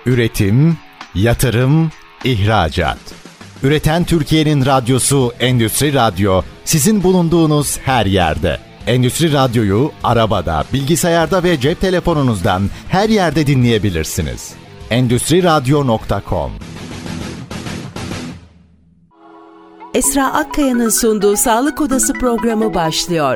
Üretim, yatırım, ihracat. Üreten Türkiye'nin radyosu Endüstri Radyo, sizin bulunduğunuz her yerde. Endüstri Radyo'yu arabada, bilgisayarda ve cep telefonunuzdan her yerde dinleyebilirsiniz. Endüstriradyo.com. Esra Akkaya'nın sunduğu Sağlık Odası programı başlıyor.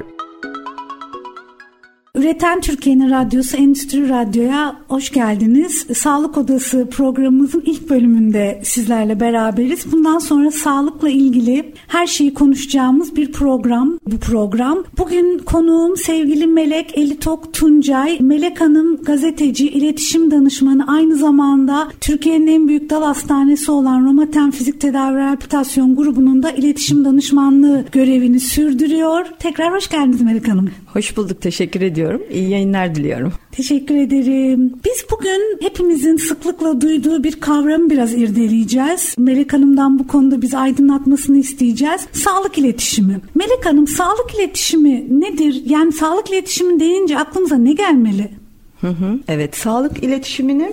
Üreten Türkiye'nin radyosu Endüstri Radyo'ya hoş geldiniz. Sağlık Odası programımızın ilk bölümünde sizlerle beraberiz. Bundan sonra sağlıkla ilgili her şeyi konuşacağımız bir program bu program. Bugün konuğum sevgili Melek Elitok Tuncay. Melek Hanım gazeteci, iletişim danışmanı, aynı zamanda Türkiye'nin en büyük dal hastanesi olan Romaten Fizik Tedavi Rehabilitasyon Grubu'nun da iletişim danışmanlığı görevini sürdürüyor. Tekrar hoş geldiniz Melek Hanım. Hoş bulduk, teşekkür ediyorum. İyi yayınlar diliyorum. Teşekkür ederim. Biz bugün hepimizin sıklıkla duyduğu bir kavramı biraz irdeleyeceğiz. Melek Hanım'dan bu konuda bizi aydınlatmasını isteyeceğiz. Sağlık iletişimi. Melek Hanım, sağlık iletişimi nedir? Yani sağlık iletişimi deyince aklımıza ne gelmeli? Evet, sağlık iletişiminin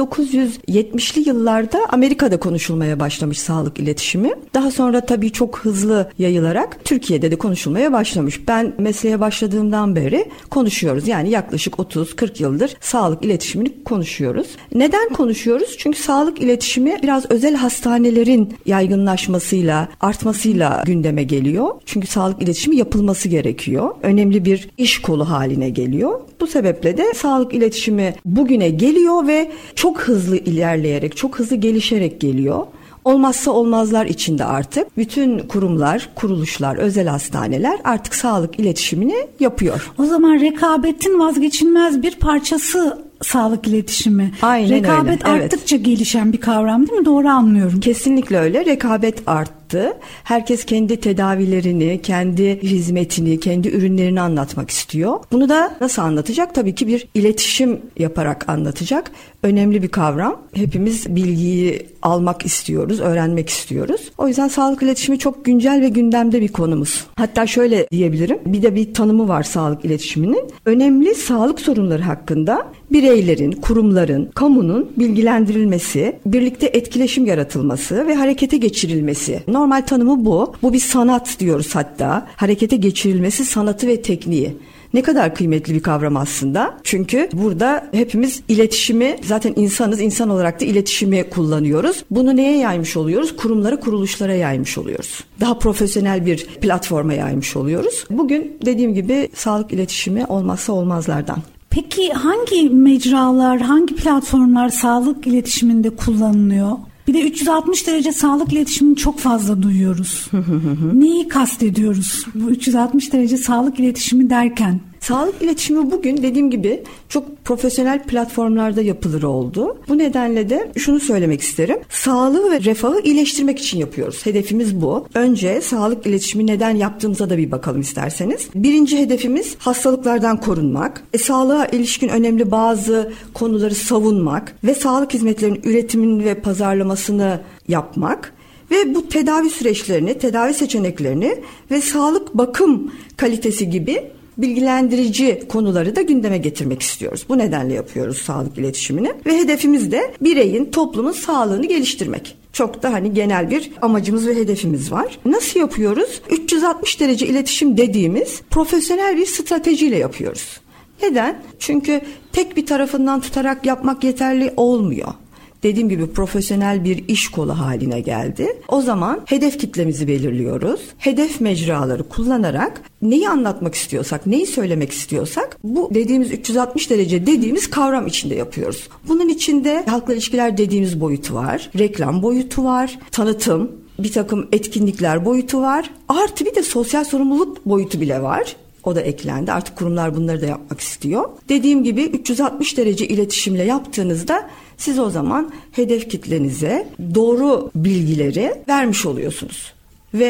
1970'li yıllarda Amerika'da konuşulmaya başlamış sağlık iletişimi. Daha sonra tabii çok hızlı yayılarak Türkiye'de de konuşulmaya başlamış. Ben mesleğe başladığımdan beri konuşuyoruz. Yani yaklaşık 30-40 yıldır sağlık iletişimini konuşuyoruz. Neden konuşuyoruz? Çünkü sağlık iletişimi biraz özel hastanelerin yaygınlaşmasıyla, artmasıyla gündeme geliyor. Çünkü sağlık iletişimi yapılması gerekiyor. Önemli bir iş kolu haline geliyor. Bu sebeple de sağlık iletişimi bugüne geliyor ve çok hızlı ilerleyerek, çok hızlı gelişerek geliyor. Olmazsa olmazlar içinde artık bütün kurumlar, kuruluşlar, özel hastaneler artık sağlık iletişimini yapıyor. O zaman rekabetin vazgeçilmez bir parçası sağlık iletişimi. Aynen rekabet öyle. arttıkça gelişen bir kavram değil mi? Doğru anlıyorum. Kesinlikle öyle. Rekabet arttı. Herkes kendi tedavilerini, kendi hizmetini, kendi ürünlerini anlatmak istiyor. Bunu da nasıl anlatacak? Tabii ki bir iletişim yaparak anlatacak. Önemli bir kavram. Hepimiz bilgiyi almak istiyoruz, öğrenmek istiyoruz. O yüzden sağlık iletişimi çok güncel ve gündemde bir konumuz. Hatta şöyle diyebilirim. Bir tanımı var sağlık iletişiminin. Önemli sağlık sorunları hakkında bireylerin, kurumların, kamunun bilgilendirilmesi, birlikte etkileşim yaratılması ve harekete geçirilmesi. Normal tanımı bu. Bu bir sanat diyoruz hatta. Harekete geçirilmesi sanatı ve tekniği. Ne kadar kıymetli bir kavram aslında. Çünkü burada hepimiz iletişimi, zaten insanız, insan olarak da iletişimi kullanıyoruz. Bunu neye yaymış oluyoruz? Kurumlara, kuruluşlara yaymış oluyoruz. Daha profesyonel bir platforma yaymış oluyoruz. Bugün dediğim gibi sağlık iletişimi olmazsa olmazlardan. Peki hangi mecralar, hangi platformlar sağlık iletişiminde kullanılıyor? Bir de 360 derece sağlık iletişimini çok fazla duyuyoruz. Neyi kastediyoruz bu 360 derece sağlık iletişimi derken? Sağlık iletişimi bugün dediğim gibi çok profesyonel platformlarda yapılır oldu. Bu nedenle de şunu söylemek isterim. Sağlığı ve refahı iyileştirmek için yapıyoruz. Hedefimiz bu. Önce sağlık iletişimi neden yaptığımıza da bir bakalım isterseniz. Birinci hedefimiz hastalıklardan korunmak. Sağlığa ilişkin önemli bazı konuları savunmak ve sağlık hizmetlerinin üretimini ve pazarlamasını yapmak. Ve bu tedavi süreçlerini, tedavi seçeneklerini ve sağlık bakım kalitesi gibi bilgilendirici konuları da gündeme getirmek istiyoruz. Bu nedenle yapıyoruz sağlık iletişimini ve hedefimiz de bireyin, toplumun sağlığını geliştirmek. Çok da genel bir amacımız ve hedefimiz var. Nasıl yapıyoruz? 360 derece iletişim dediğimiz profesyonel bir stratejiyle yapıyoruz. Neden? Çünkü tek bir tarafından tutarak yapmak yeterli olmuyor. Dediğim gibi profesyonel bir iş kolu haline geldi. O zaman hedef kitlemizi belirliyoruz. Hedef mecraları kullanarak neyi anlatmak istiyorsak, neyi söylemek istiyorsak bu dediğimiz 360 derece dediğimiz kavram içinde yapıyoruz. Bunun içinde halkla ilişkiler dediğimiz boyutu var, reklam boyutu var, tanıtım, bir takım etkinlikler boyutu var. Artı bir de sosyal sorumluluk boyutu bile var. O da eklendi. Artık kurumlar bunları da yapmak istiyor. Dediğim gibi 360 derece iletişimle yaptığınızda siz o zaman hedef kitlenize doğru bilgileri vermiş oluyorsunuz. Ve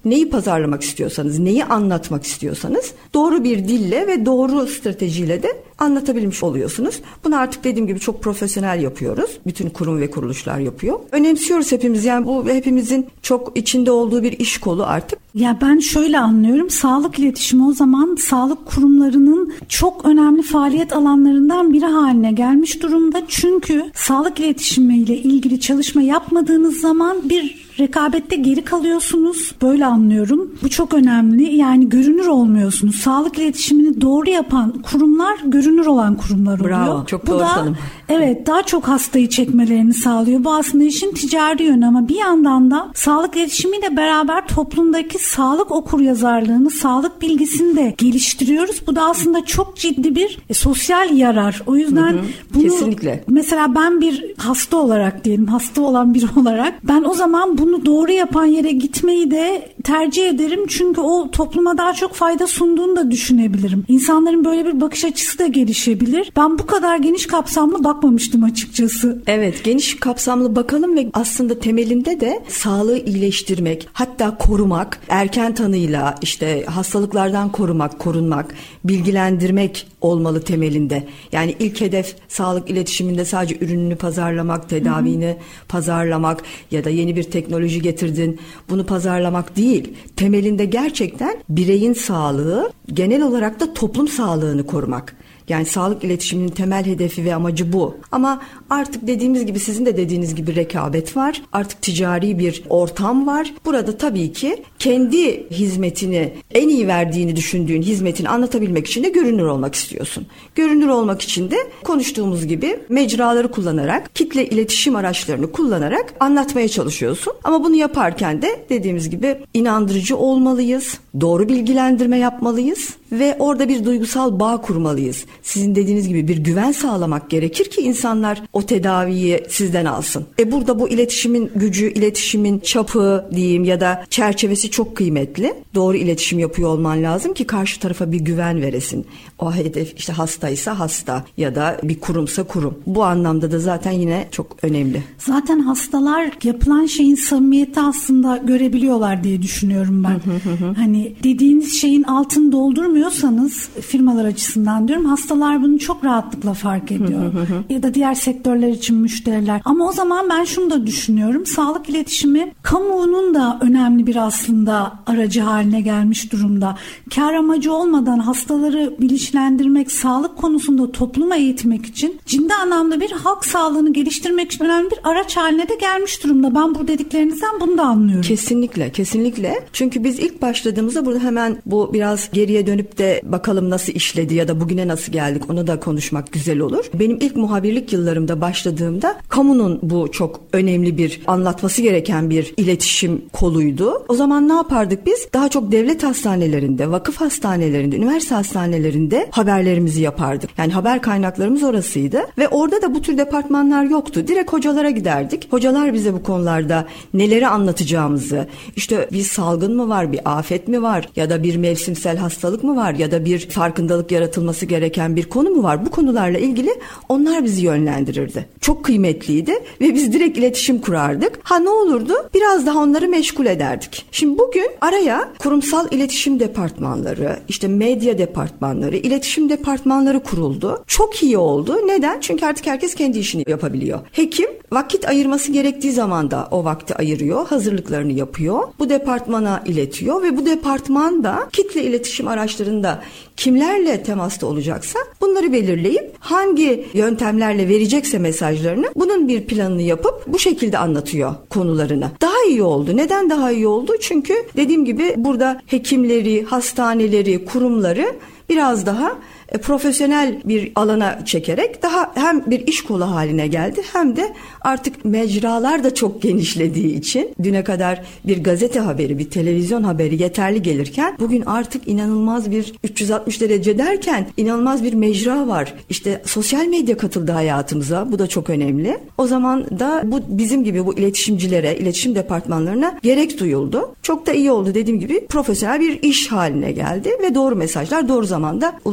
neyi pazarlamak istiyorsanız, neyi anlatmak istiyorsanız doğru bir dille ve doğru stratejiyle de anlatabilmiş oluyorsunuz. Bunu artık dediğim gibi çok profesyonel yapıyoruz. Bütün kurum ve kuruluşlar yapıyor. Önemsiyoruz hepimiz. Yani bu hepimizin çok içinde olduğu bir iş kolu artık. Ya ben şöyle anlıyorum. Sağlık iletişimi o zaman sağlık kurumlarının çok önemli faaliyet alanlarından biri haline gelmiş durumda. Çünkü sağlık iletişimiyle ilgili çalışma yapmadığınız zaman bir rekabette geri kalıyorsunuz. Böyle anlıyorum. Bu çok önemli. Yani görünür olmuyorsunuz. Sağlık iletişimini doğru yapan kurumlar görünür olan kurumlar oluyor. Bravo. Çok doğru tanım. Evet, daha çok hastayı çekmelerini sağlıyor. Bu aslında işin ticari yönü ama bir yandan da sağlık iletişimiyle beraber toplumdaki sağlık okuryazarlığını, sağlık bilgisini de geliştiriyoruz. Bu da aslında çok ciddi bir sosyal yarar. O yüzden bunu kesinlikle. Mesela ben bir hasta olarak diyelim, hasta olan biri olarak ben o zaman bunu doğru yapan yere gitmeyi de tercih ederim. Çünkü o topluma daha çok fayda sunduğunu da düşünebilirim. İnsanların böyle bir bakış açısı da gelişebilir. Ben bu kadar geniş kapsamlı bakmamıştım açıkçası. Evet, geniş kapsamlı bakalım ve aslında temelinde de sağlığı iyileştirmek, hatta korumak, erken tanıyla işte hastalıklardan korumak, korunmak, bilgilendirmek olmalı temelinde. Yani ilk hedef sağlık iletişiminde sadece ürününü pazarlamak, tedavini pazarlamak ya da yeni bir teknoloji getirdin, bunu pazarlamak değil. Temelinde gerçekten bireyin sağlığı, genel olarak da toplum sağlığını korumak. Yani sağlık iletişiminin temel hedefi ve amacı bu. Ama artık dediğimiz gibi, sizin de dediğiniz gibi rekabet var. Artık ticari bir ortam var. Burada tabii ki kendi hizmetini, en iyi verdiğini düşündüğün hizmetini anlatabilmek için de görünür olmak istiyorsun. Görünür olmak için de konuştuğumuz gibi mecraları kullanarak, kitle iletişim araçlarını kullanarak anlatmaya çalışıyorsun. Ama bunu yaparken de dediğimiz gibi inandırıcı olmalıyız. Doğru bilgilendirme yapmalıyız ve orada bir duygusal bağ kurmalıyız. Sizin dediğiniz gibi bir güven sağlamak gerekir ki insanlar o tedaviyi sizden alsın. Burada bu iletişimin gücü, iletişimin çapı diyeyim ya da çerçevesi çok kıymetli. Doğru iletişim yapıyor olman lazım ki karşı tarafa bir güven veresin. O hedef işte hastaysa hasta ya da bir kurumsa kurum. Bu anlamda da zaten yine çok önemli. Zaten hastalar yapılan şeyin samimiyeti aslında görebiliyorlar diye düşünüyorum ben. Hani dediğiniz şeyin altını doldurmuyorsanız firmalar açısından diyorum, hastalar bunu çok rahatlıkla fark ediyor. Ya da diğer sektörler için müşteriler. Ama o zaman ben şunu da düşünüyorum. Sağlık iletişimi kamuoyunun da önemli bir aslında aracı haline gelmiş durumda. Kar amacı olmadan hastaları bilinçlendirmek, sağlık konusunda topluma eğitmek için ciddi anlamda bir halk sağlığını geliştirmek için önemli bir araç haline de gelmiş durumda. Ben bu dediklerinizden bunu da anlıyorum. Kesinlikle, kesinlikle. Çünkü biz ilk başladığımızda burada hemen bu biraz geriye dönüp de bakalım nasıl işledi ya da bugüne nasıl geldik, onu da konuşmak güzel olur. Benim ilk muhabirlik yıllarımda başladığımda kamunun bu çok önemli bir anlatması gereken bir iletişim koluydu. O zaman ne yapardık biz? Daha çok devlet hastanelerinde, vakıf hastanelerinde, üniversite hastanelerinde haberlerimizi yapardık. Yani haber kaynaklarımız orasıydı ve orada da bu tür departmanlar yoktu. Direkt hocalara giderdik. Hocalar bize bu konularda neleri anlatacağımızı, işte bir salgın mı var, bir afet mi var ya da bir mevsimsel hastalık mı var ya da bir farkındalık yaratılması gereken bir konu mu var? Bu konularla ilgili onlar bizi yönlendirirdi. Çok kıymetliydi ve biz direkt iletişim kurardık. Ne olurdu? Biraz daha onları meşgul ederdik. Şimdi bugün araya kurumsal iletişim departmanları, işte medya departmanları, iletişim departmanları kuruldu. Çok iyi oldu. Neden? Çünkü artık herkes kendi işini yapabiliyor. Hekim vakit ayırması gerektiği zaman da o vakti ayırıyor, hazırlıklarını yapıyor. Bu departmana iletiyor ve bu departman da kitle iletişim araçlarında kimlerle temasta olacaksa bunları belirleyip hangi yöntemlerle verecekse mesajlarını, bunun bir planını yapıp bu şekilde anlatıyor konularını. Daha iyi oldu. Neden daha iyi oldu? Çünkü dediğim gibi burada hekimleri, hastaneleri, kurumları biraz daha profesyonel bir alana çekerek daha hem bir iş kolu haline geldi hem de artık mecralar da çok genişlediği için düne kadar bir gazete haberi, bir televizyon haberi yeterli gelirken bugün artık inanılmaz bir 360 derece derken inanılmaz bir mecra var. İşte sosyal medya katıldı hayatımıza. Bu da çok önemli. O zaman da bu bizim gibi bu iletişimcilere, iletişim departmanlarına gerek duyuldu. Çok da iyi oldu. Dediğim gibi profesyonel bir iş haline geldi ve doğru mesajlar doğru zamanda ulaşılıyor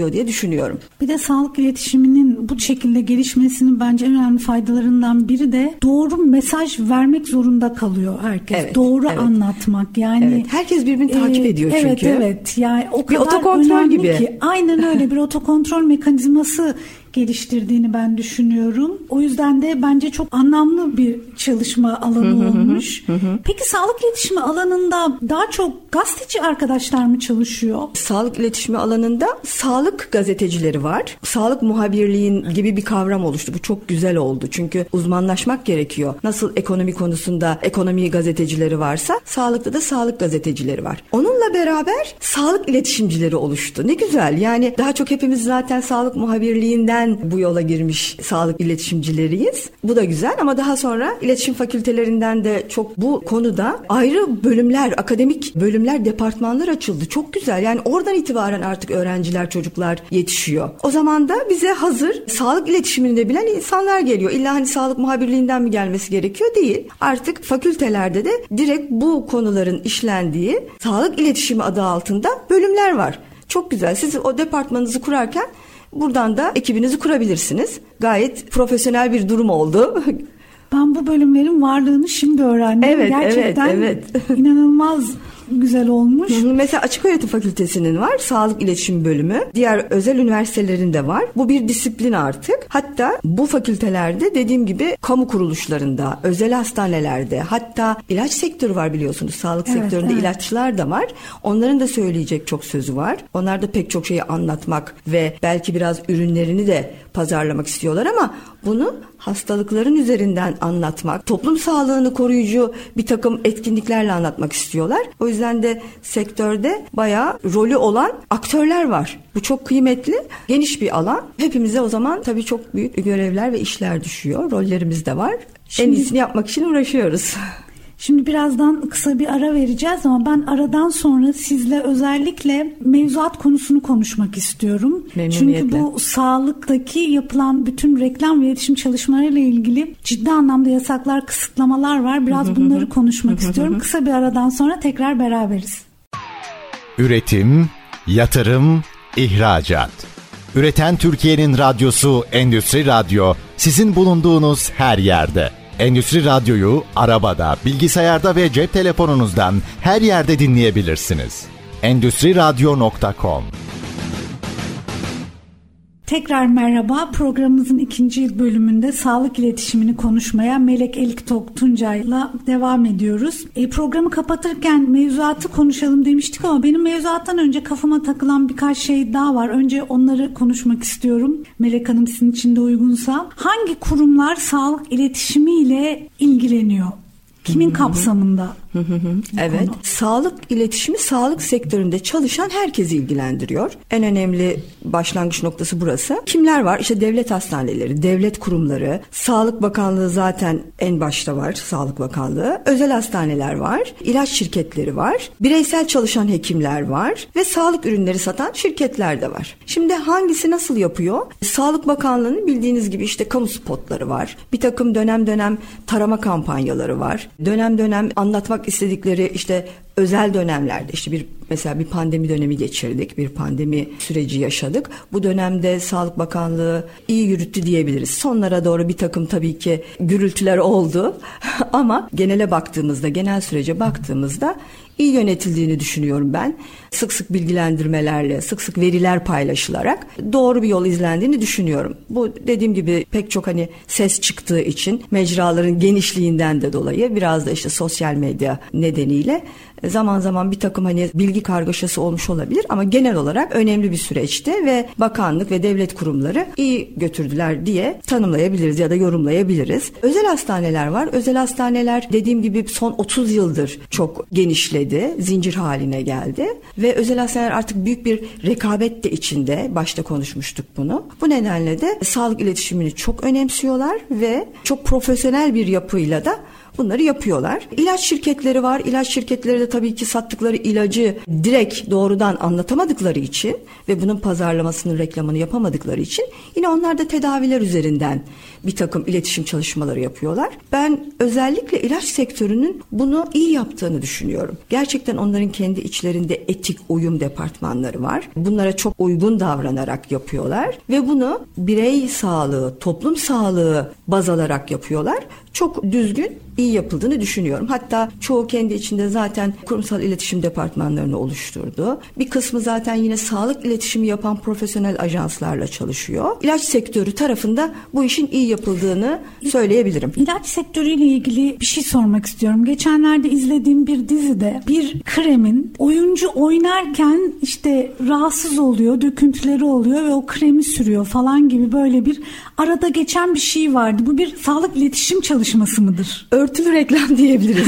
oluyor diye düşünüyorum. Bir de sağlık iletişiminin bu şekilde gelişmesinin bence en önemli faydalarından biri de doğru mesaj vermek zorunda kalıyor herkes. Evet, doğru evet. anlatmak. Yani Evet, herkes birbirini takip ediyor çünkü. Evet. Yani o bir kadar otokontrol önemli gibi. ki. Aynen öyle, bir otokontrol mekanizması geliştirdiğini ben düşünüyorum. O yüzden de bence çok anlamlı bir çalışma alanı olmuş. Peki sağlık iletişimi alanında daha çok gazeteci arkadaşlar mı çalışıyor? Sağlık iletişimi alanında sağlık gazetecileri var. Sağlık muhabirliğin gibi bir kavram oluştu. Bu çok güzel oldu. Çünkü uzmanlaşmak gerekiyor. Nasıl ekonomi konusunda ekonomi gazetecileri varsa sağlıkta da sağlık gazetecileri var. Onunla beraber sağlık iletişimcileri oluştu. Ne güzel. Yani daha çok hepimiz zaten sağlık muhabirliğinden bu yola girmiş sağlık iletişimcileriyiz. Bu da güzel ama daha sonra iletişim fakültelerinden de çok bu konuda ayrı bölümler, akademik bölümler, departmanlar açıldı. Çok güzel. Yani oradan itibaren artık öğrenciler, çocuklar yetişiyor. O zaman da bize hazır sağlık iletişimini de bilen insanlar geliyor. İlla hani sağlık muhabirliğinden mi gelmesi gerekiyor? Değil. Artık fakültelerde de direkt bu konuların işlendiği sağlık iletişimi adı altında bölümler var. Çok güzel. Siz o departmanınızı kurarken buradan da ekibinizi kurabilirsiniz. Gayet profesyonel bir durum oldu. Ben bu bölümlerin varlığını şimdi öğrendim. Evet, gerçekten evet. inanılmaz güzel olmuş. Mesela Açıköğretim Fakültesi'nin var sağlık iletişim bölümü. Diğer özel üniversitelerin de var. Bu bir disiplin artık. Hatta bu fakültelerde dediğim gibi kamu kuruluşlarında, özel hastanelerde, hatta ilaç sektörü var biliyorsunuz. Sağlık sektöründe ilaççılar da var. Onların da söyleyecek çok sözü var. Onlar da pek çok şeyi anlatmak ve belki biraz ürünlerini de pazarlamak istiyorlar ama bunu hastalıkların üzerinden anlatmak, toplum sağlığını koruyucu bir takım etkinliklerle anlatmak istiyorlar. O yüzden de sektörde bayağı rolü olan aktörler var. Bu çok kıymetli, geniş bir alan. Hepimize o zaman tabii çok büyük görevler ve işler düşüyor. Rollerimiz de var. En iyisini yapmak için uğraşıyoruz. Şimdi birazdan kısa bir ara vereceğiz ama ben aradan sonra sizle özellikle mevzuat konusunu konuşmak istiyorum. Çünkü bu sağlıktaki yapılan bütün reklam ve iletişim çalışmalarıyla ilgili ciddi anlamda yasaklar, kısıtlamalar var. Biraz bunları konuşmak istiyorum. Kısa bir aradan sonra tekrar beraberiz. Üretim, yatırım, ihracat. Üreten Türkiye'nin radyosu Endüstri Radyo, sizin bulunduğunuz her yerde. Endüstri Radyo'yu arabada, bilgisayarda ve cep telefonunuzdan her yerde dinleyebilirsiniz. Endüstriradyo.com. Tekrar merhaba. Programımızın ikinci bölümünde sağlık iletişimini konuşmaya Melek Eliktok Tuncay'la devam ediyoruz. Programı kapatırken mevzuatı konuşalım demiştik ama benim mevzuattan önce kafama takılan birkaç şey daha var. Önce onları konuşmak istiyorum. Melek Hanım sizin için de uygunsa. Hangi kurumlar sağlık iletişimiyle ilgileniyor? Kimin kapsamında? Evet. Konu. Sağlık iletişimi sağlık sektöründe çalışan herkesi ilgilendiriyor. En önemli başlangıç noktası burası. Kimler var? İşte devlet hastaneleri, devlet kurumları, Sağlık Bakanlığı zaten en başta var. Sağlık Bakanlığı. Özel hastaneler var. İlaç şirketleri var. Bireysel çalışan hekimler var. Ve sağlık ürünleri satan şirketler de var. Şimdi hangisi nasıl yapıyor? Sağlık Bakanlığı'nın bildiğiniz gibi işte kamu spotları var. Bir takım dönem dönem tarama kampanyaları var. Dönem dönem anlatmak istedikleri işte özel dönemlerde işte mesela bir pandemi dönemi geçirdik. Bir pandemi süreci yaşadık. Bu dönemde Sağlık Bakanlığı iyi yürüttü diyebiliriz. Sonlara doğru bir takım tabii ki gürültüler oldu. Ama genel sürece baktığımızda iyi yönetildiğini düşünüyorum ben. Sık sık bilgilendirmelerle, sık sık veriler paylaşılarak doğru bir yol izlendiğini düşünüyorum. Bu dediğim gibi pek çok ses çıktığı için mecraların genişliğinden de dolayı biraz da işte sosyal medya nedeniyle zaman zaman bir takım bilgi kargaşası olmuş olabilir ama genel olarak önemli bir süreçti ve bakanlık ve devlet kurumları iyi götürdüler diye tanımlayabiliriz ya da yorumlayabiliriz. Özel hastaneler var. Özel hastaneler dediğim gibi son 30 yıldır çok genişledi, zincir haline geldi ve özel hastaneler artık büyük bir rekabet de içinde. Başta konuşmuştuk bunu. Bu nedenle de sağlık iletişimini çok önemsiyorlar ve çok profesyonel bir yapıyla da bunları yapıyorlar. İlaç şirketleri var. İlaç şirketleri de tabii ki sattıkları ilacı direkt doğrudan anlatamadıkları için ve bunun pazarlamasının, reklamını yapamadıkları için yine onlar da tedaviler üzerinden bir takım iletişim çalışmaları yapıyorlar. Ben özellikle ilaç sektörünün bunu iyi yaptığını düşünüyorum. Gerçekten onların kendi içlerinde etik uyum departmanları var. Bunlara çok uygun davranarak yapıyorlar ve bunu birey sağlığı, toplum sağlığı baz alarak yapıyorlar. Çok düzgün, iyi yapıldığını düşünüyorum. Hatta çoğu kendi içinde zaten kurumsal iletişim departmanlarını oluşturdu. Bir kısmı zaten yine sağlık iletişimi yapan profesyonel ajanslarla çalışıyor. İlaç sektörü tarafında bu işin iyi yapıldığını söyleyebilirim. İlaç sektörüyle ilgili bir şey sormak istiyorum. Geçenlerde izlediğim bir dizide bir kremin oyuncu oynarken işte rahatsız oluyor, döküntüleri oluyor ve o kremi sürüyor falan gibi böyle bir arada geçen bir şey vardı. Bu bir sağlık iletişim çalışması mıdır? Örtülü reklam diyebiliriz.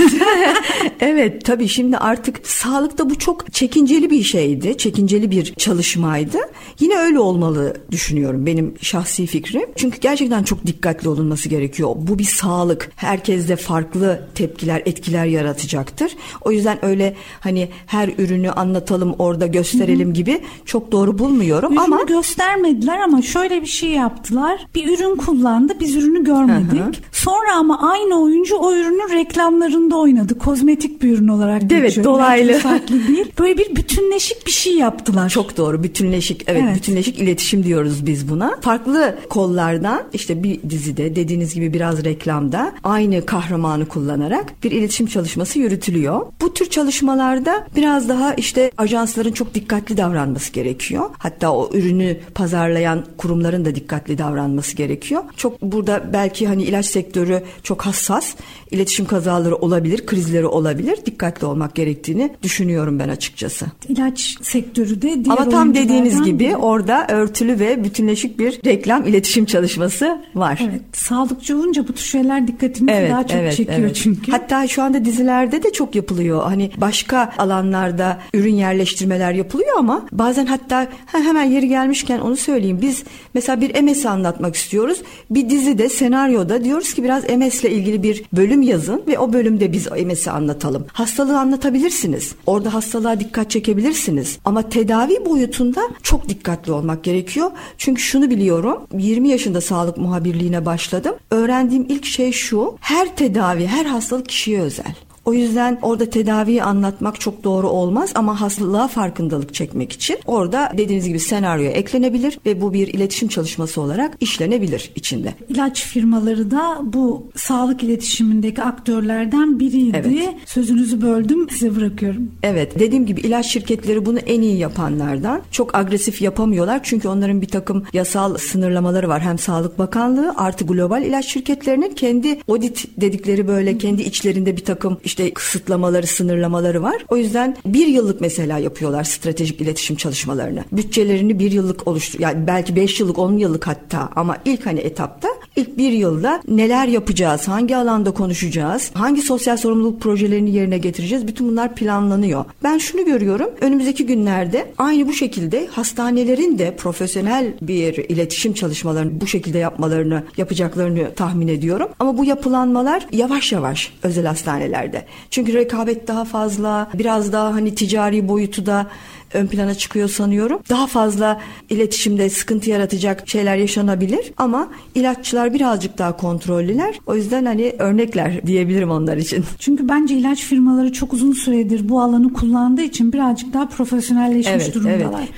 Evet, tabii şimdi artık sağlıkta bu çok çekinceli bir şeydi. Çekinceli bir çalışmaydı. Yine öyle olmalı düşünüyorum, benim şahsi fikrim. Çünkü gerçekten çok dikkatli olunması gerekiyor. Bu bir sağlık. Herkeste farklı tepkiler, etkiler yaratacaktır. O yüzden öyle hani her ürünü anlatalım, orada gösterelim gibi çok doğru bulmuyorum. Ürünü ama göstermediler ama şöyle bir şey yaptılar. Bir ürün kullandı, biz ürünü görmedik. Sonra ama aynı oyuncu o ürünün reklamlarında oynadı. Kozmetik bir ürün olarak geçiyor. Evet, dolaylı. Farklı değil. Böyle bir bütünleşik bir şey yaptılar. Çok doğru, bütünleşik. Evet, bütünleşik iletişim diyoruz biz buna. Farklı kollardan işte bir dizide dediğiniz gibi biraz reklamda aynı kahramanı kullanarak bir iletişim çalışması yürütülüyor. Bu tür çalışmalarda biraz daha işte ajansların çok dikkatli davranması gerekiyor. Hatta o ürünü pazarlayan kurumların da dikkatli davranması gerekiyor. Çok burada belki hani ilaç sektörü çok hassas. İletişim kazaları olabilir, krizleri olabilir. Dikkatli olmak gerektiğini düşünüyorum ben açıkçası. İlaç sektörü de diğer ama tam dediğiniz gibi biri. Orada örtülü ve bütünleşik bir reklam iletişim çalışması var. Evet. Sağlıkçı olunca bu tür şeyler dikkatimizi daha çok çekiyor çünkü. Hatta şu anda dizilerde de çok yapılıyor. Hani başka alanlarda ürün yerleştirmeler yapılıyor ama bazen hatta hemen yeri gelmişken onu söyleyeyim. Biz mesela bir MS'i anlatmak istiyoruz. Bir dizide, senaryoda diyoruz ki biraz MS ile ilgili bir bölüm yazın ve o bölümde biz MS'i anlatalım. Hastalığı anlatabilirsiniz. Orada hastalığa dikkat çekebilirsiniz. Ama tedavi boyutunda çok dikkatli olmak gerekiyor. Çünkü şunu biliyorum. 20 yaşında sağlık muhabirliğine başladım. Öğrendiğim ilk şey şu. Her tedavi, her hastalık kişiye özel. O yüzden orada tedaviyi anlatmak çok doğru olmaz ama hastalığa farkındalık çekmek için orada dediğiniz gibi senaryoya eklenebilir ve bu bir iletişim çalışması olarak işlenebilir içinde. İlaç firmaları da bu sağlık iletişimindeki aktörlerden biriydi. Evet. Sözünüzü böldüm, size bırakıyorum. Evet, dediğim gibi ilaç şirketleri bunu en iyi yapanlardan. Çok agresif yapamıyorlar çünkü onların bir takım yasal sınırlamaları var. Hem Sağlık Bakanlığı artı global ilaç şirketlerinin kendi audit dedikleri böyle kendi içlerinde bir takım işte kısıtlamaları, sınırlamaları var. O yüzden 1 yıllık mesela yapıyorlar stratejik iletişim çalışmalarını. Bütçelerini 1 yıllık yani belki 5 yıllık, 10 yıllık hatta ama ilk hani etapta ilk 1 yılda neler yapacağız, hangi alanda konuşacağız, hangi sosyal sorumluluk projelerini yerine getireceğiz, bütün bunlar planlanıyor. Ben şunu görüyorum, önümüzdeki günlerde aynı bu şekilde hastanelerin de profesyonel bir iletişim çalışmalarını bu şekilde yapacaklarını tahmin ediyorum. Ama bu yapılanmalar yavaş yavaş özel hastanelerde. Çünkü rekabet daha fazla, biraz daha hani ticari boyutu da ön plana çıkıyor sanıyorum. Daha fazla iletişimde sıkıntı yaratacak şeyler yaşanabilir ama ilaççılar birazcık daha kontrollüler. O yüzden hani örnekler diyebilirim onlar için. Çünkü bence ilaç firmaları çok uzun süredir bu alanı kullandığı için birazcık daha profesyonelleşmiş durumdalar. Evet.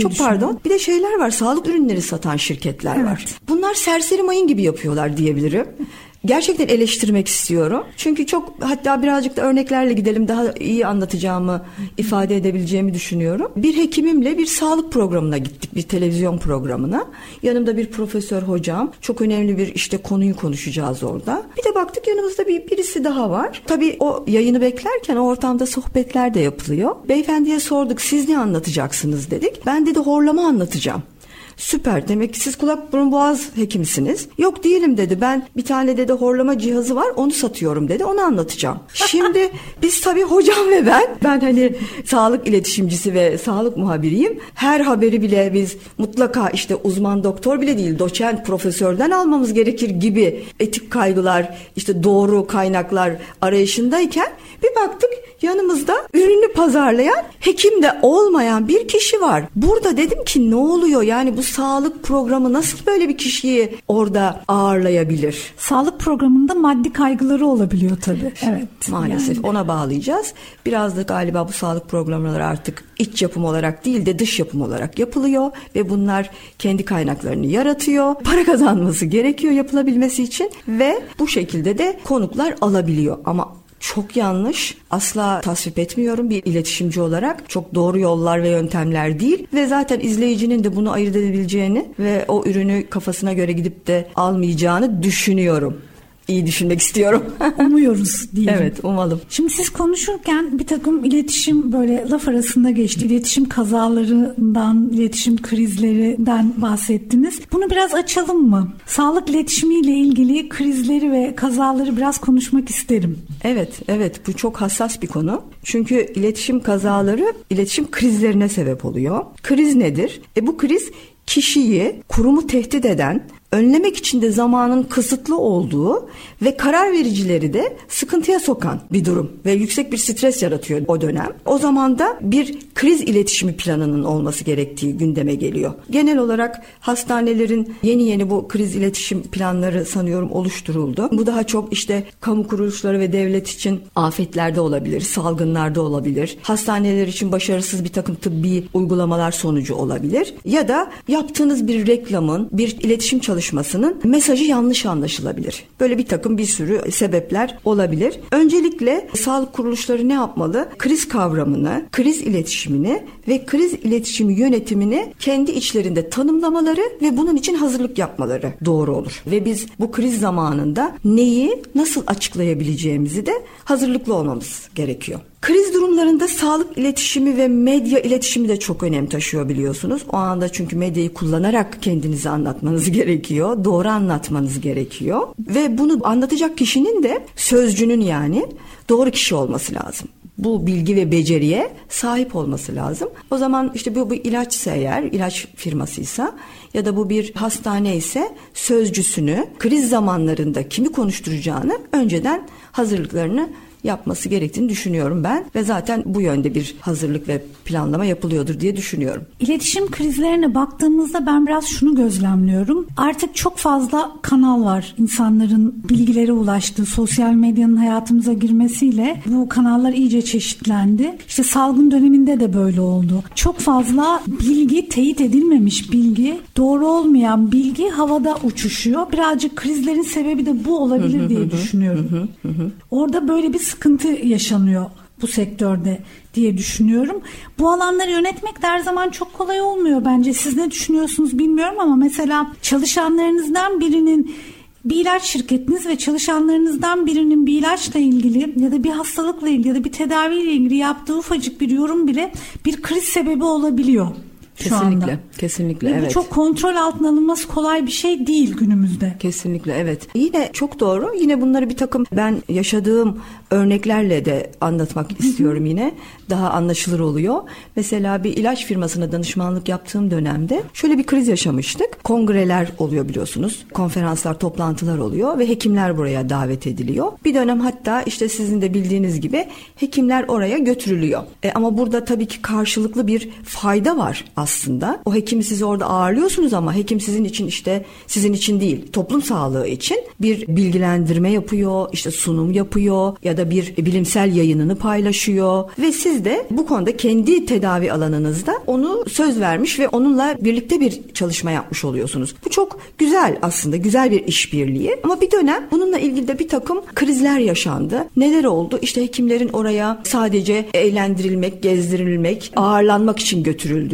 Bir de şeyler var. Sağlık ürünleri satan şirketler var. Bunlar serseri mayın gibi yapıyorlar diyebilirim. Gerçekten eleştirmek istiyorum. Çünkü hatta birazcık da örneklerle gidelim, daha iyi anlatacağımı, ifade edebileceğimi düşünüyorum. Bir hekimimle bir sağlık programına gittik, bir televizyon programına. Yanımda bir profesör hocam, çok önemli bir işte konuyu konuşacağız orada. Bir de baktık yanımızda birisi daha var. Tabii o yayını beklerken o ortamda sohbetler de yapılıyor. Beyefendiye sorduk, siz ne anlatacaksınız dedik. Ben dedi horlama anlatacağım. Süper, demek ki siz kulak burun boğaz hekimsiniz. Yok değilim dedi, ben bir tane dedi horlama cihazı var, onu satıyorum dedi, onu anlatacağım. Şimdi biz tabii hocam ve ben hani sağlık iletişimcisi ve sağlık muhabiriyim. Her haberi bile biz mutlaka işte uzman doktor bile değil, doçent, profesörden almamız gerekir gibi etik kaygılar, işte doğru kaynaklar arayışındayken bir baktık yanımızda ürünü pazarlayan, hekim de olmayan bir kişi var. Burada dedim ki ne oluyor? Yani bu sağlık programı nasıl böyle bir kişiyi orada ağırlayabilir? Sağlık programında maddi kaygıları olabiliyor tabii. Evet. Maalesef yani. Ona bağlayacağız. Biraz da galiba bu sağlık programları artık iç yapım olarak değil de dış yapım olarak yapılıyor ve bunlar kendi kaynaklarını yaratıyor. Para kazanması gerekiyor yapılabilmesi için ve bu şekilde de konuklar alabiliyor. Ama çok yanlış. Asla tasvip etmiyorum bir iletişimci olarak. Çok doğru yollar ve yöntemler değil ve zaten izleyicinin de bunu ayırt edebileceğini ve o ürünü kafasına göre gidip de almayacağını düşünüyorum. İyi düşünmek istiyorum. Umuyoruz diyelim. Evet, umalım. Şimdi siz konuşurken bir takım iletişim böyle laf arasında geçti. İletişim kazalarından, iletişim krizlerinden bahsettiniz. Bunu biraz açalım mı? Sağlık iletişimiyle ilgili krizleri ve kazaları biraz konuşmak isterim. Evet, bu çok hassas bir konu. Çünkü iletişim kazaları iletişim krizlerine sebep oluyor. Kriz nedir? Bu kriz kişiyi, kurumu tehdit eden, önlemek için de zamanın kısıtlı olduğu ve karar vericileri de sıkıntıya sokan bir durum ve yüksek bir stres yaratıyor o dönem. O zaman da bir kriz iletişimi planının olması gerektiği gündeme geliyor. Genel olarak hastanelerin yeni bu kriz iletişim planları sanıyorum oluşturuldu. Bu daha çok işte kamu kuruluşları ve devlet için afetlerde olabilir, salgınlarda olabilir, hastaneler için başarısız bir takım tıbbi uygulamalar sonucu olabilir ya da yaptığınız bir reklamın, bir iletişim çalışmasının mesajı yanlış anlaşılabilir. Böyle bir sürü sebepler olabilir. Öncelikle sağlık kuruluşları ne yapmalı? Kriz kavramını, kriz iletişimini ve kriz iletişimi yönetimini kendi içlerinde tanımlamaları ve bunun için hazırlık yapmaları doğru olur. Ve biz bu kriz zamanında neyi nasıl açıklayabileceğimizi de hazırlıklı olmamız gerekiyor. Kriz durumlarında sağlık iletişimi ve medya iletişimi de çok önem taşıyor biliyorsunuz. O anda çünkü medyayı kullanarak kendinizi anlatmanız gerekiyor. Doğru anlatmanız gerekiyor. Ve bunu anlatacak kişinin de sözcünün yani doğru kişi olması lazım. Bu bilgi ve beceriye sahip olması lazım. O zaman işte bu ilaçsa eğer, ilaç firmasıysa ya da bu bir hastane ise sözcüsünü, kriz zamanlarında kimi konuşturacağını önceden hazırlıklarını yapması gerektiğini düşünüyorum ben ve zaten bu yönde bir hazırlık ve planlama yapılıyordur diye düşünüyorum. İletişim krizlerine baktığımızda ben biraz şunu gözlemliyorum. Artık çok fazla kanal var. İnsanların bilgilere ulaştığı, sosyal medyanın hayatımıza girmesiyle bu kanallar iyice çeşitlendi. İşte salgın döneminde de böyle oldu. Çok fazla bilgi, teyit edilmemiş bilgi, doğru olmayan bilgi havada uçuşuyor. Birazcık krizlerin sebebi de bu olabilir diye düşünüyorum. Orada böyle bir sıkıntı yaşanıyor bu sektörde diye düşünüyorum. Bu alanları yönetmek de her zaman çok kolay olmuyor bence. Siz ne düşünüyorsunuz bilmiyorum ama mesela çalışanlarınızdan birinin bir ilaç şirketiniz ve çalışanlarınızdan birinin bir ilaçla ilgili ya da bir hastalıkla ilgili ya da bir tedaviyle ilgili yaptığı ufacık bir yorum bile bir kriz sebebi olabiliyor. Kesinlikle ve evet. Bu çok kontrol altına alınması kolay bir şey değil günümüzde. Kesinlikle evet. Yine çok doğru. Yine bunları bir takım ben yaşadığım örneklerle de anlatmak istiyorum yine. Daha anlaşılır oluyor. Mesela bir ilaç firmasına danışmanlık yaptığım dönemde şöyle bir kriz yaşamıştık. Kongreler oluyor biliyorsunuz. Konferanslar, toplantılar oluyor ve hekimler buraya davet ediliyor. Bir dönem hatta işte sizin de bildiğiniz gibi hekimler oraya götürülüyor. Ama burada tabii ki karşılıklı bir fayda var aslında. O hekimi siz orada ağırlıyorsunuz ama hekim sizin için işte sizin için değil, toplum sağlığı için bir bilgilendirme yapıyor, işte sunum yapıyor ya da bir bilimsel yayınını paylaşıyor ve siz de bu konuda kendi tedavi alanınızda onu söz vermiş ve onunla birlikte bir çalışma yapmış oluyorsunuz. Bu çok güzel aslında, güzel bir işbirliği ama bir dönem bununla ilgili de bir takım krizler yaşandı. Neler oldu? İşte hekimlerin oraya sadece eğlendirilmek, gezdirilmek, ağırlanmak için götürüldü. Ben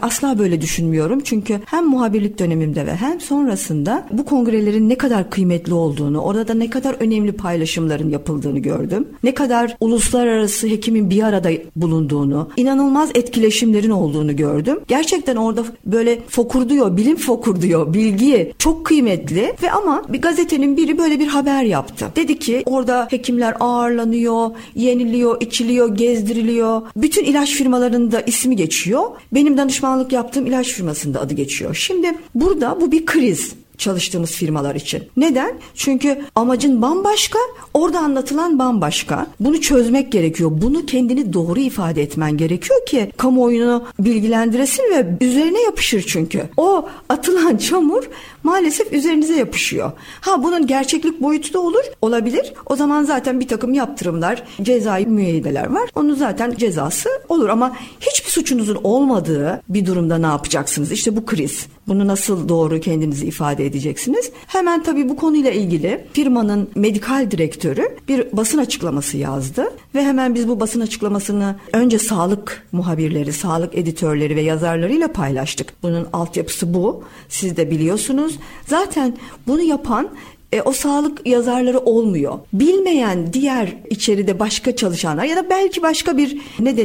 asla böyle düşünmüyorum. Çünkü hem muhabirlik dönemimde ve hem sonrasında bu kongrelerin ne kadar kıymetli olduğunu, orada ne kadar önemli paylaşımların yapıldığını gördüm. Ne kadar uluslararası hekimin bir arada bulunduğunu, inanılmaz etkileşimlerin olduğunu gördüm. Gerçekten orada böyle fokurduyor, bilim fokurduyor, bilgi çok kıymetli ve ama bir gazetenin biri böyle bir haber yaptı. Dedi ki orada hekimler ağırlanıyor, yeniliyor, içiliyor, gezdiriliyor. Bütün ilaç firmalarında ismi geçiyor. Benim danışmanlık yaptığım ilaç firmasında adı geçiyor. Şimdi burada bu bir kriz çalıştığımız firmalar için. Neden? Çünkü amacın bambaşka, orada anlatılan bambaşka. Bunu çözmek gerekiyor. Bunu kendini doğru ifade etmen gerekiyor ki kamuoyunu bilgilendiresin ve üzerine yapışır çünkü. O atılan çamur maalesef üzerinize yapışıyor. Bunun gerçeklik boyutu da olabilir. O zaman zaten bir takım yaptırımlar, cezai müeyyideler var. Onun zaten cezası olur ama hiçbir suçunuzun olmadığı bir durumda ne yapacaksınız? İşte bu kriz. Bunu nasıl doğru kendinizi ifade edeceksiniz? Hemen tabii bu konuyla ilgili firmanın medikal direktörü bir basın açıklaması yazdı ve hemen biz bu basın açıklamasını önce sağlık muhabirleri, sağlık editörleri ve yazarlarıyla paylaştık. Bunun altyapısı bu. Siz de biliyorsunuz. Zaten bunu yapan o sağlık yazarları olmuyor. Bilmeyen diğer içeride başka çalışanlar ya da belki başka bir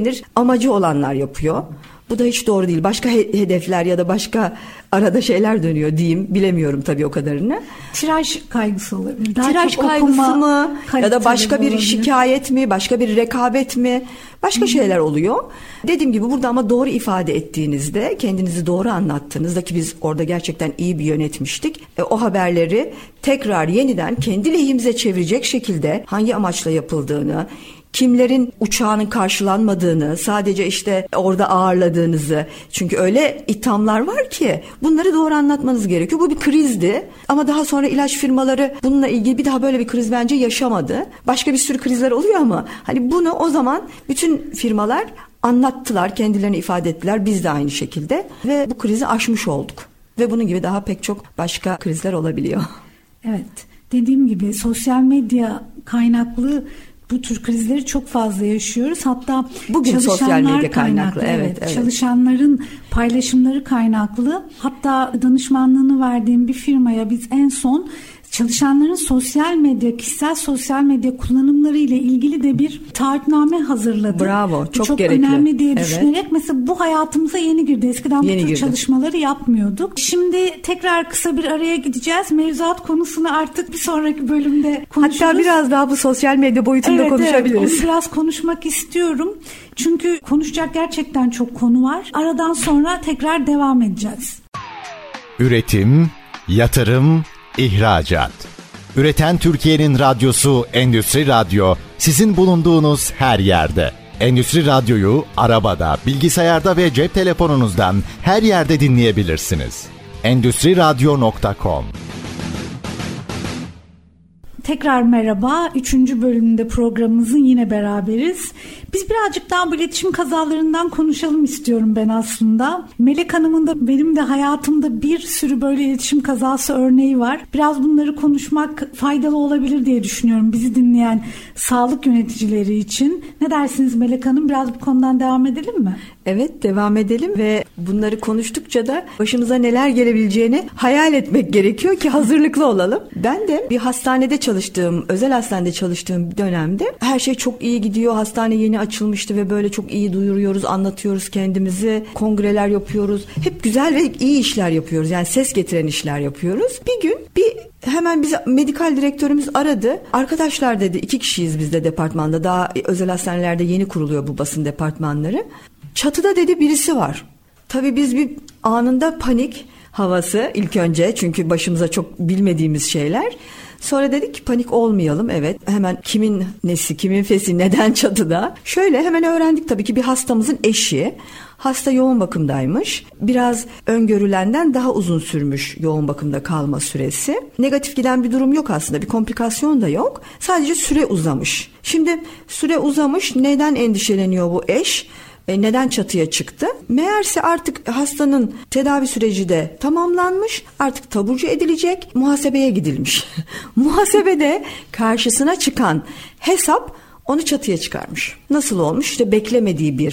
amacı olanlar yapıyor. Bu da hiç doğru değil. Başka hedefler ya da başka arada şeyler dönüyor diyeyim. Bilemiyorum tabii o kadarını. Tiraj kaygısı olabilir. Tiraj kaygısı mı? Ya da başka bir şikayet mi? Başka bir rekabet mi? Başka şeyler oluyor. Dediğim gibi burada ama doğru ifade ettiğinizde, kendinizi doğru anlattığınızda ki biz orada gerçekten iyi bir yönetmiştik. O haberleri tekrar yeniden kendi lehimize çevirecek şekilde hangi amaçla yapıldığını, kimlerin uçağının karşılanmadığını, sadece işte orada ağırladığınızı, çünkü öyle ithamlar var ki bunları doğru anlatmanız gerekiyor. Bu bir krizdi ama daha sonra ilaç firmaları bununla ilgili bir daha böyle bir kriz bence yaşamadı. Başka bir sürü krizler oluyor ama hani bunu o zaman bütün firmalar anlattılar, kendilerini ifade ettiler. Biz de aynı şekilde ve bu krizi aşmış olduk. Ve bunun gibi daha pek çok başka krizler olabiliyor. Evet, dediğim gibi sosyal medya kaynaklı bu tür krizleri çok fazla yaşıyoruz. Hatta bugün sosyal medya kaynaklı. Evet. Çalışanların paylaşımları kaynaklı. Hatta danışmanlığını verdiğim bir firmaya biz en son çalışanların kişisel sosyal medya kullanımları ile ilgili de bir taahhütname hazırladık. Bravo, çok gerekli. Çok önemli diye düşünerek. Evet. Mesela bu hayatımıza yeni girdi. Eskiden bu tür çalışmaları yapmıyorduk. Şimdi tekrar kısa bir araya gideceğiz. Mevzuat konusunu artık bir sonraki bölümde konuşuruz. Hatta biraz daha bu sosyal medya boyutunda konuşabiliriz. Evet, onu biraz konuşmak istiyorum. Çünkü konuşacak gerçekten çok konu var. Aradan sonra tekrar devam edeceğiz. Üretim, yatırım, İhracat. Üreten Türkiye'nin radyosu Endüstri Radyo, sizin bulunduğunuz her yerde. Endüstri Radyo'yu arabada, bilgisayarda ve cep telefonunuzdan her yerde dinleyebilirsiniz. Endüstriradyo.com. Tekrar merhaba. 3. bölümünde programımızın yine beraberiz. Biz birazcık daha bu iletişim kazalarından konuşalım istiyorum ben aslında. Melek Hanım'ın da benim de hayatımda bir sürü böyle iletişim kazası örneği var. Biraz bunları konuşmak faydalı olabilir diye düşünüyorum bizi dinleyen sağlık yöneticileri için. Ne dersiniz Melek Hanım? Biraz bu konudan devam edelim mi? Evet, devam edelim ve bunları konuştukça da başımıza neler gelebileceğini hayal etmek gerekiyor ki hazırlıklı olalım. Ben de bir hastanede özel hastanede çalıştığım dönemde her şey çok iyi gidiyor. Hastane yeni açılmıştı ve böyle çok iyi duyuruyoruz, anlatıyoruz kendimizi. Kongreler yapıyoruz. Hep güzel ve iyi işler yapıyoruz. Yani ses getiren işler yapıyoruz. Bir gün hemen bizi medikal direktörümüz aradı. Arkadaşlar dedi, 2 kişiyiz biz de departmanda. Daha özel hastanelerde yeni kuruluyor bu basın departmanları. Çatıda dedi birisi var. Tabii biz bir anında panik havası ilk önce. Çünkü başımıza çok bilmediğimiz şeyler. Sonra dedik ki panik olmayalım. Evet, hemen kimin nesi, kimin fesi, neden çatıda? Şöyle hemen öğrendik tabii ki bir hastamızın eşi. Hasta yoğun bakımdaymış. Biraz öngörülenden daha uzun sürmüş yoğun bakımda kalma süresi. Negatif giden bir durum yok aslında. Bir komplikasyon da yok. Sadece süre uzamış. Şimdi süre uzamış. Neden endişeleniyor bu eş? Neden çatıya çıktı? Meğerse artık hastanın tedavi süreci de tamamlanmış. Artık taburcu edilecek. Muhasebeye gidilmiş. Muhasebede karşısına çıkan hesap onu çatıya çıkarmış. Nasıl olmuş? İşte beklemediği bir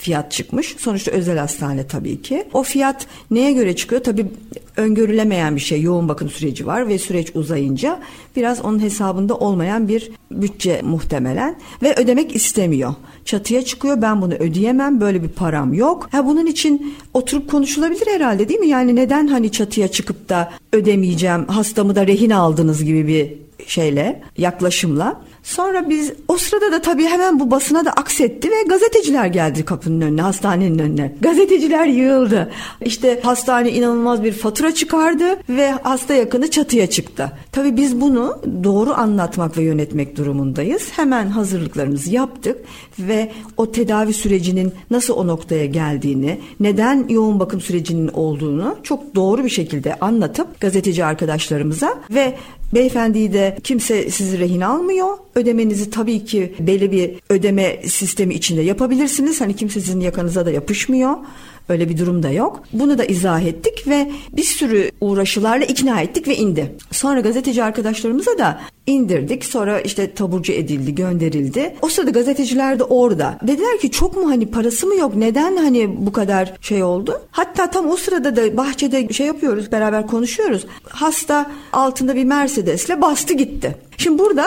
fiyat çıkmış. Sonuçta özel hastane tabii ki. O fiyat neye göre çıkıyor? Tabii öngörülemeyen bir şey. Yoğun bakım süreci var ve süreç uzayınca biraz onun hesabında olmayan bir bütçe muhtemelen ve ödemek istemiyor. Çatıya çıkıyor, ben bunu ödeyemem, böyle bir param yok. Bunun için oturup konuşulabilir herhalde, değil mi? Yani neden hani çatıya çıkıp da ödemeyeceğim, hastamı da rehin aldınız gibi bir şeyle, yaklaşımla. Sonra biz o sırada da tabii hemen bu basına da aksetti ve gazeteciler geldi kapının önüne, hastanenin önüne. Gazeteciler yığıldı. İşte hastane inanılmaz bir fatura çıkardı ve hasta yakını çatıya çıktı. Tabii biz bunu doğru anlatmak ve yönetmek durumundayız. Hemen hazırlıklarımızı yaptık ve o tedavi sürecinin nasıl o noktaya geldiğini, neden yoğun bakım sürecinin olduğunu çok doğru bir şekilde anlatıp gazeteci arkadaşlarımıza ve beyefendiyi de kimse sizi rehin almıyor. Ödemenizi tabii ki belli bir ödeme sistemi içinde yapabilirsiniz. Hani kimse sizin yakanıza da yapışmıyor. Öyle bir durum da yok. Bunu da izah ettik ve bir sürü uğraşılarla ikna ettik ve indi. Sonra gazeteci arkadaşlarımıza da indirdik. Sonra işte taburcu edildi, gönderildi. O sırada gazeteciler de orada. Dediler ki çok mu hani parası mı yok? Neden hani bu kadar şey oldu? Hatta tam o sırada da bahçede şey yapıyoruz, beraber konuşuyoruz. Hasta altında bir Mercedes'le bastı gitti. Şimdi burada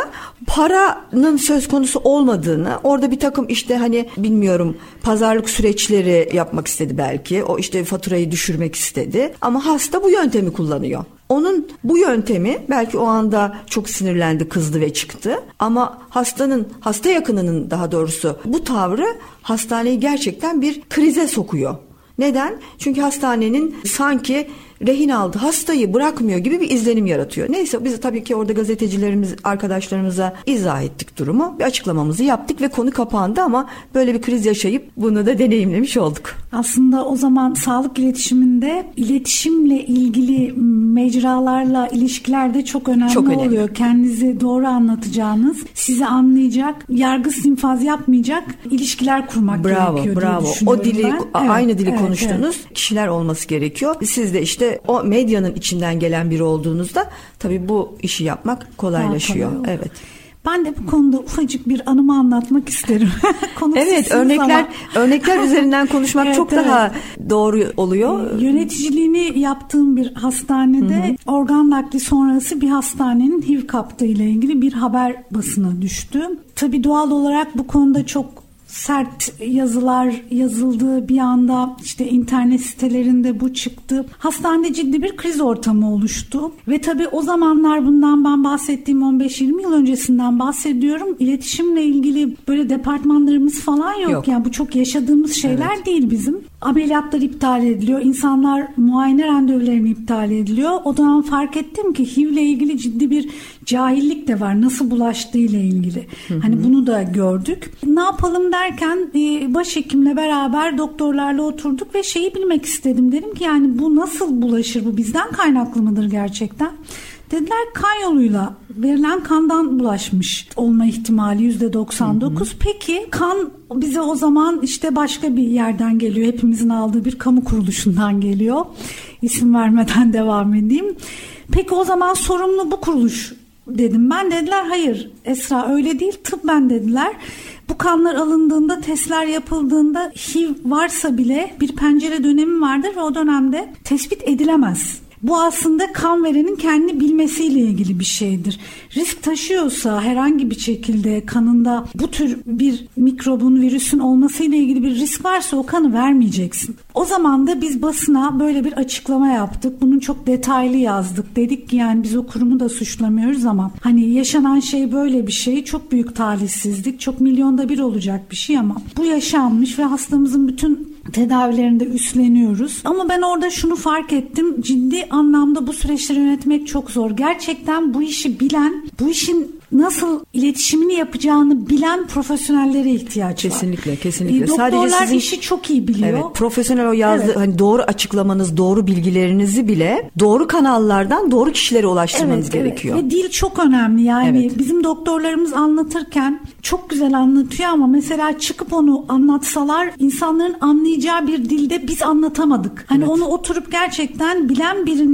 paranın söz konusu olmadığını, orada bir takım işte hani bilmiyorum pazarlık süreçleri yapmak istedi belki. O işte faturayı düşürmek istedi. Ama hasta bu yöntemi kullanıyor. Onun bu yöntemi belki o anda çok sinirlendi, kızdı ve çıktı. Ama hasta yakınının daha doğrusu bu tavrı hastaneyi gerçekten bir krize sokuyor. Neden? Çünkü hastanenin sanki rehin aldı, hastayı bırakmıyor gibi bir izlenim yaratıyor. Neyse biz tabii ki orada gazetecilerimiz, arkadaşlarımıza izah ettik durumu. Bir açıklamamızı yaptık ve konu kapandı ama böyle bir kriz yaşayıp bunu da deneyimlemiş olduk. Aslında o zaman sağlık iletişiminde iletişimle ilgili mecralarla ilişkilerde çok önemli oluyor. Kendinizi doğru anlatacağınız, sizi anlayacak, yargı sinfaz yapmayacak ilişkiler kurmak gerekiyor. Bravo. O dili, aynı dili konuştuğunuz kişiler olması gerekiyor. Siz de işte o medyanın içinden gelen biri olduğunuzda tabii bu işi yapmak kolaylaşıyor. Evet. Ben de bu konuda ufacık bir anımı anlatmak isterim. Evet, örnekler üzerinden konuşmak çok daha doğru oluyor. Yöneticiliğini yaptığım bir hastanede organ nakli sonrası bir hastanenin HIV kaptığı ile ilgili bir haber basına düştü. Tabii doğal olarak bu konuda çok sert yazılar yazıldı, bir anda işte internet sitelerinde bu çıktı. Hastanede ciddi bir kriz ortamı oluştu ve tabii o zamanlar, bundan ben bahsettiğim 15-20 yıl öncesinden bahsediyorum, İletişimle ilgili böyle departmanlarımız falan yok. Yani bu çok yaşadığımız şeyler değil bizim. Ameliyatlar iptal ediliyor, insanlar muayene randevularını iptal ediliyor. O zaman fark ettim ki HIV ile ilgili ciddi bir cahillik de var, nasıl bulaştığı ile ilgili. Hani bunu da gördük. Ne yapalım derken başhekimle beraber doktorlarla oturduk ve şeyi bilmek istedim. Dedim ki yani bu nasıl bulaşır, bu bizden kaynaklı mıdır gerçekten? Dediler kan yoluyla verilen kandan bulaşmış olma ihtimali %99. Peki kan bize o zaman işte başka bir yerden geliyor. Hepimizin aldığı bir kamu kuruluşundan geliyor. İsim vermeden devam edeyim. Peki o zaman sorumlu bu kuruluş dedim ben. Dediler hayır Esra öyle değil, tıbben dediler. Bu kanlar alındığında, testler yapıldığında HIV varsa bile bir pencere dönemi vardır ve o dönemde tespit edilemez. Bu aslında kan verenin kendi bilmesiyle ilgili bir şeydir. Risk taşıyorsa herhangi bir şekilde kanında bu tür bir mikrobun, virüsün olmasıyla ilgili bir risk varsa o kanı vermeyeceksin. O zaman da biz basına böyle bir açıklama yaptık. Bunun çok detaylı yazdık. Dedik ki yani biz o kurumu da suçlamıyoruz ama hani yaşanan şey böyle bir şey. Çok büyük talihsizlik. Çok milyonda bir olacak bir şey ama bu yaşanmış ve hastamızın bütün tedavilerinde üstleniyoruz. Ama ben orada şunu fark ettim. Ciddi anlamda bu süreçleri yönetmek çok zor. Gerçekten bu işi bilen, bu işin nasıl iletişimini yapacağını bilen profesyonellere ihtiyaç var. Kesinlikle. Doktorlar sadece işi çok iyi biliyor. Evet, profesyonel o yazdığı hani doğru açıklamanız, doğru bilgilerinizi bile doğru kanallardan doğru kişilere ulaştırmanız gerekiyor. Ve dil çok önemli. Yani bizim doktorlarımız anlatırken çok güzel anlatıyor ama mesela çıkıp onu anlatsalar insanların anlayacağı bir dilde biz anlatamadık. Hani onu oturup gerçekten bilen birinin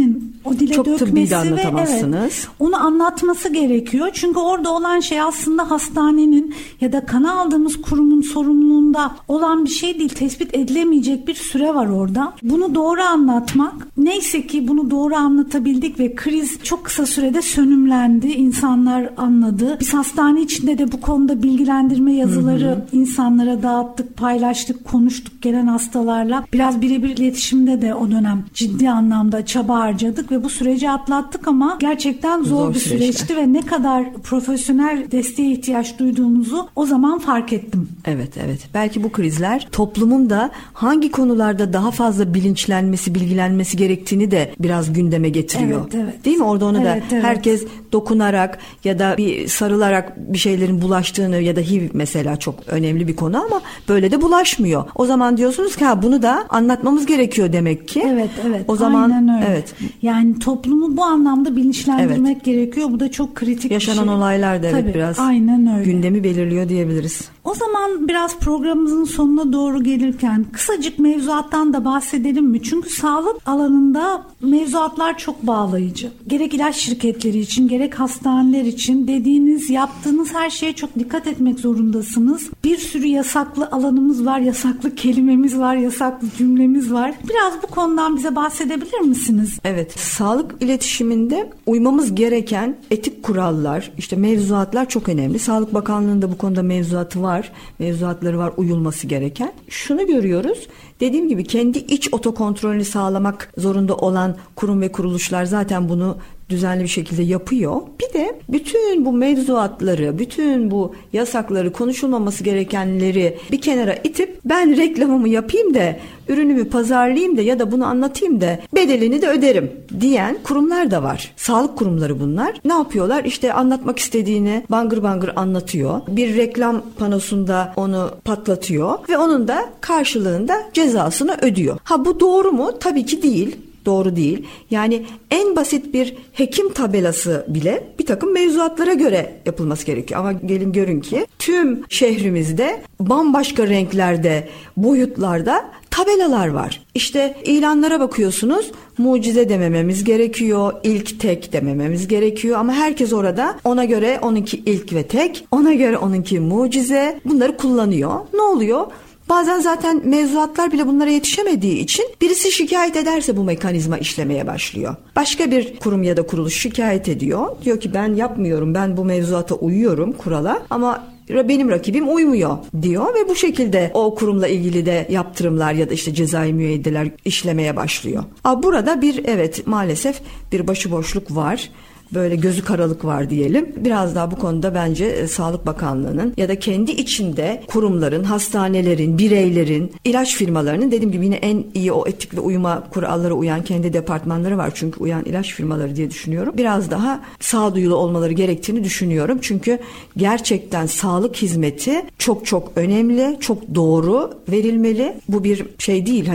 o dile çok dökmesi tıbbi de anlatamazsınız. Ve evet, onu anlatması gerekiyor. Çünkü orada olan şey aslında hastanenin ya da kan aldığımız kurumun sorumluluğunda olan bir şey değil. Tespit edilemeyecek bir süre var orada. Bunu doğru anlatmak. Neyse ki bunu doğru anlatabildik ve kriz çok kısa sürede sönümlendi. İnsanlar anladı. Biz hastane içinde de bu konuda bilgilendirme yazıları insanlara dağıttık, paylaştık, konuştuk gelen hastalarla. Biraz birebir iletişimde de o dönem ciddi anlamda çaba harcadık ve bu süreci atlattık ama gerçekten zor bir süreçti ve ne kadar profesyonel desteğe ihtiyaç duyduğumuzu o zaman fark ettim. Evet. Belki bu krizler toplumun da hangi konularda daha fazla bilinçlenmesi, bilgilenmesi gerektiğini de biraz gündeme getiriyor. Evet. Değil mi? Orada onu da herkes dokunarak ya da bir sarılarak bir şeylerin bulaştığını ya da HIV mesela çok önemli bir konu ama böyle de bulaşmıyor. O zaman diyorsunuz ki bunu da anlatmamız gerekiyor demek ki. Evet. O zaman aynen öyle. evet. Yani toplumu bu anlamda bilinçlendirmek gerekiyor. Bu da çok kritik yaşanan bir şey. olaylar da biraz aynen öyle. Gündemi belirliyor diyebiliriz. O zaman biraz programımızın sonuna doğru gelirken kısacık mevzuattan da bahsedelim mi? Çünkü sağlık alanında mevzuatlar çok bağlayıcı. Gerek ilaç şirketleri için, gerek hastaneler için dediğiniz, yaptığınız her şeye çok dikkat etmek zorundasınız. Bir sürü yasaklı alanımız var, yasaklı kelimemiz var, yasaklı cümlemiz var. Biraz bu konudan bize bahsedebilir misiniz? Evet, sağlık iletişiminde uymamız gereken etik kurallar, işte mevzuatlar çok önemli. Sağlık Bakanlığı'nda bu konuda mevzuatı var, mevzuatları var uyulması gereken. Şunu görüyoruz, dediğim gibi kendi iç otokontrolünü sağlamak zorunda olan kurum ve kuruluşlar zaten bunu düzenli bir şekilde yapıyor. Bir de bütün bu mevzuatları, bütün bu yasakları, konuşulmaması gerekenleri bir kenara itip ben reklamımı yapayım da ürünümü pazarlayayım da ya da bunu anlatayım da bedelini de öderim diyen kurumlar da var. Sağlık kurumları bunlar. Ne yapıyorlar? İşte anlatmak istediğini bangır bangır anlatıyor. Bir reklam panosunda onu patlatıyor ve onun da karşılığında cezasını ödüyor. Bu doğru mu? Tabii ki değil. Doğru değil. Yani en basit bir hekim tabelası bile bir takım mevzuatlara göre yapılması gerekiyor. Ama gelin görün ki tüm şehrimizde bambaşka renklerde, boyutlarda tabelalar var. İşte ilanlara bakıyorsunuz, mucize demememiz gerekiyor, ilk tek demememiz gerekiyor ama herkes orada ona göre onunki ilk ve tek, ona göre onunki mucize, bunları kullanıyor. Ne oluyor? Bazen zaten mevzuatlar bile bunlara yetişemediği için birisi şikayet ederse bu mekanizma işlemeye başlıyor. Başka bir kurum ya da kuruluş şikayet ediyor. Diyor ki ben yapmıyorum, ben bu mevzuata uyuyorum, kurala ama benim rakibim uymuyor diyor ve bu şekilde o kurumla ilgili de yaptırımlar ya da işte cezai müeyyideler işlemeye başlıyor. Burada maalesef bir başıboşluk var. Böyle gözü karalık var diyelim. Biraz daha bu konuda bence Sağlık Bakanlığı'nın ya da kendi içinde kurumların, hastanelerin, bireylerin, ilaç firmalarının dediğim gibi yine en iyi o etik ve uyuma kurallara uyan kendi departmanları var. Çünkü uyan ilaç firmaları diye düşünüyorum. Biraz daha sağduyulu olmaları gerektiğini düşünüyorum. Çünkü gerçekten sağlık hizmeti çok çok önemli, çok doğru verilmeli. Bu bir şey değil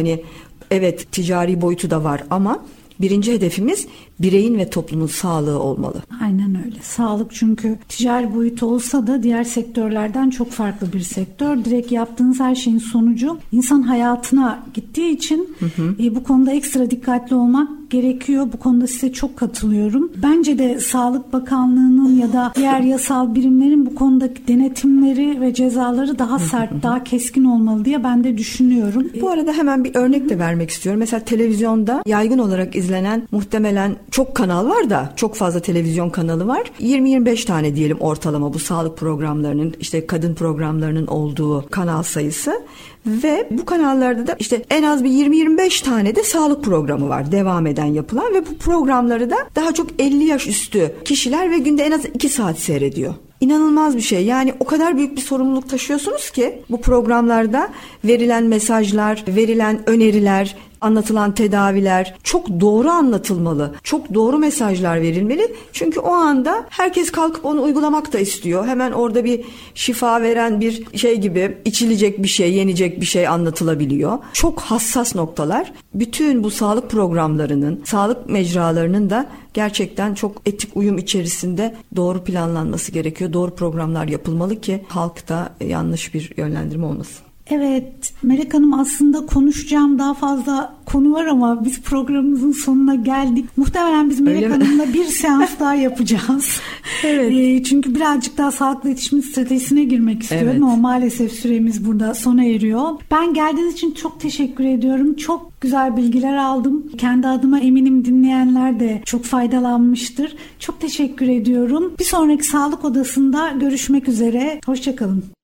evet ticari boyutu da var ama birinci hedefimiz bireyin ve toplumun sağlığı olmalı. Aynen öyle. Sağlık çünkü ticari boyutu olsa da diğer sektörlerden çok farklı bir sektör. Direkt yaptığınız her şeyin sonucu insan hayatına gittiği için bu konuda ekstra dikkatli olmak gerekiyor. Bu konuda size çok katılıyorum. Bence de Sağlık Bakanlığı'nın ya da diğer yasal birimlerin bu konudaki denetimleri ve cezaları daha sert, daha keskin olmalı diye ben de düşünüyorum. Bu arada hemen bir örnek de vermek istiyorum. Mesela televizyonda yaygın olarak izlenen muhtemelen çok kanal var da çok fazla televizyon kanalı var. 20-25 tane diyelim ortalama bu sağlık programlarının, işte kadın programlarının olduğu kanal sayısı. Ve bu kanallarda da işte en az bir 20-25 tane de sağlık programı var devam eden yapılan ve bu programları da daha çok 50 yaş üstü kişiler ve günde en az 2 saat seyrediyor. İnanılmaz bir şey. Yani o kadar büyük bir sorumluluk taşıyorsunuz ki bu programlarda verilen mesajlar, verilen öneriler, anlatılan tedaviler çok doğru anlatılmalı. Çok doğru mesajlar verilmeli. Çünkü o anda herkes kalkıp onu uygulamak da istiyor. Hemen orada bir şifa veren bir şey gibi içilecek bir şey, yenecek bir şey anlatılabiliyor. Çok hassas noktalar. Bütün bu sağlık programlarının, sağlık mecralarının da gerçekten çok etik uyum içerisinde doğru planlanması gerekiyor. Doğru programlar yapılmalı ki halkta yanlış bir yönlendirme olmasın. Evet Melek Hanım, aslında konuşacağım, daha fazla konu var ama biz programımızın sonuna geldik. Muhtemelen biz Melek Hanım'la bir seans daha yapacağız. Evet. Çünkü birazcık daha sağlıklı iletişim stratejisine girmek istiyorum. Evet. Ama maalesef süremiz burada sona eriyor. Ben geldiğiniz için çok teşekkür ediyorum. Çok güzel bilgiler aldım. Kendi adıma eminim dinleyenler de çok faydalanmıştır. Çok teşekkür ediyorum. Bir sonraki Sağlık Odası'nda görüşmek üzere. Hoşçakalın.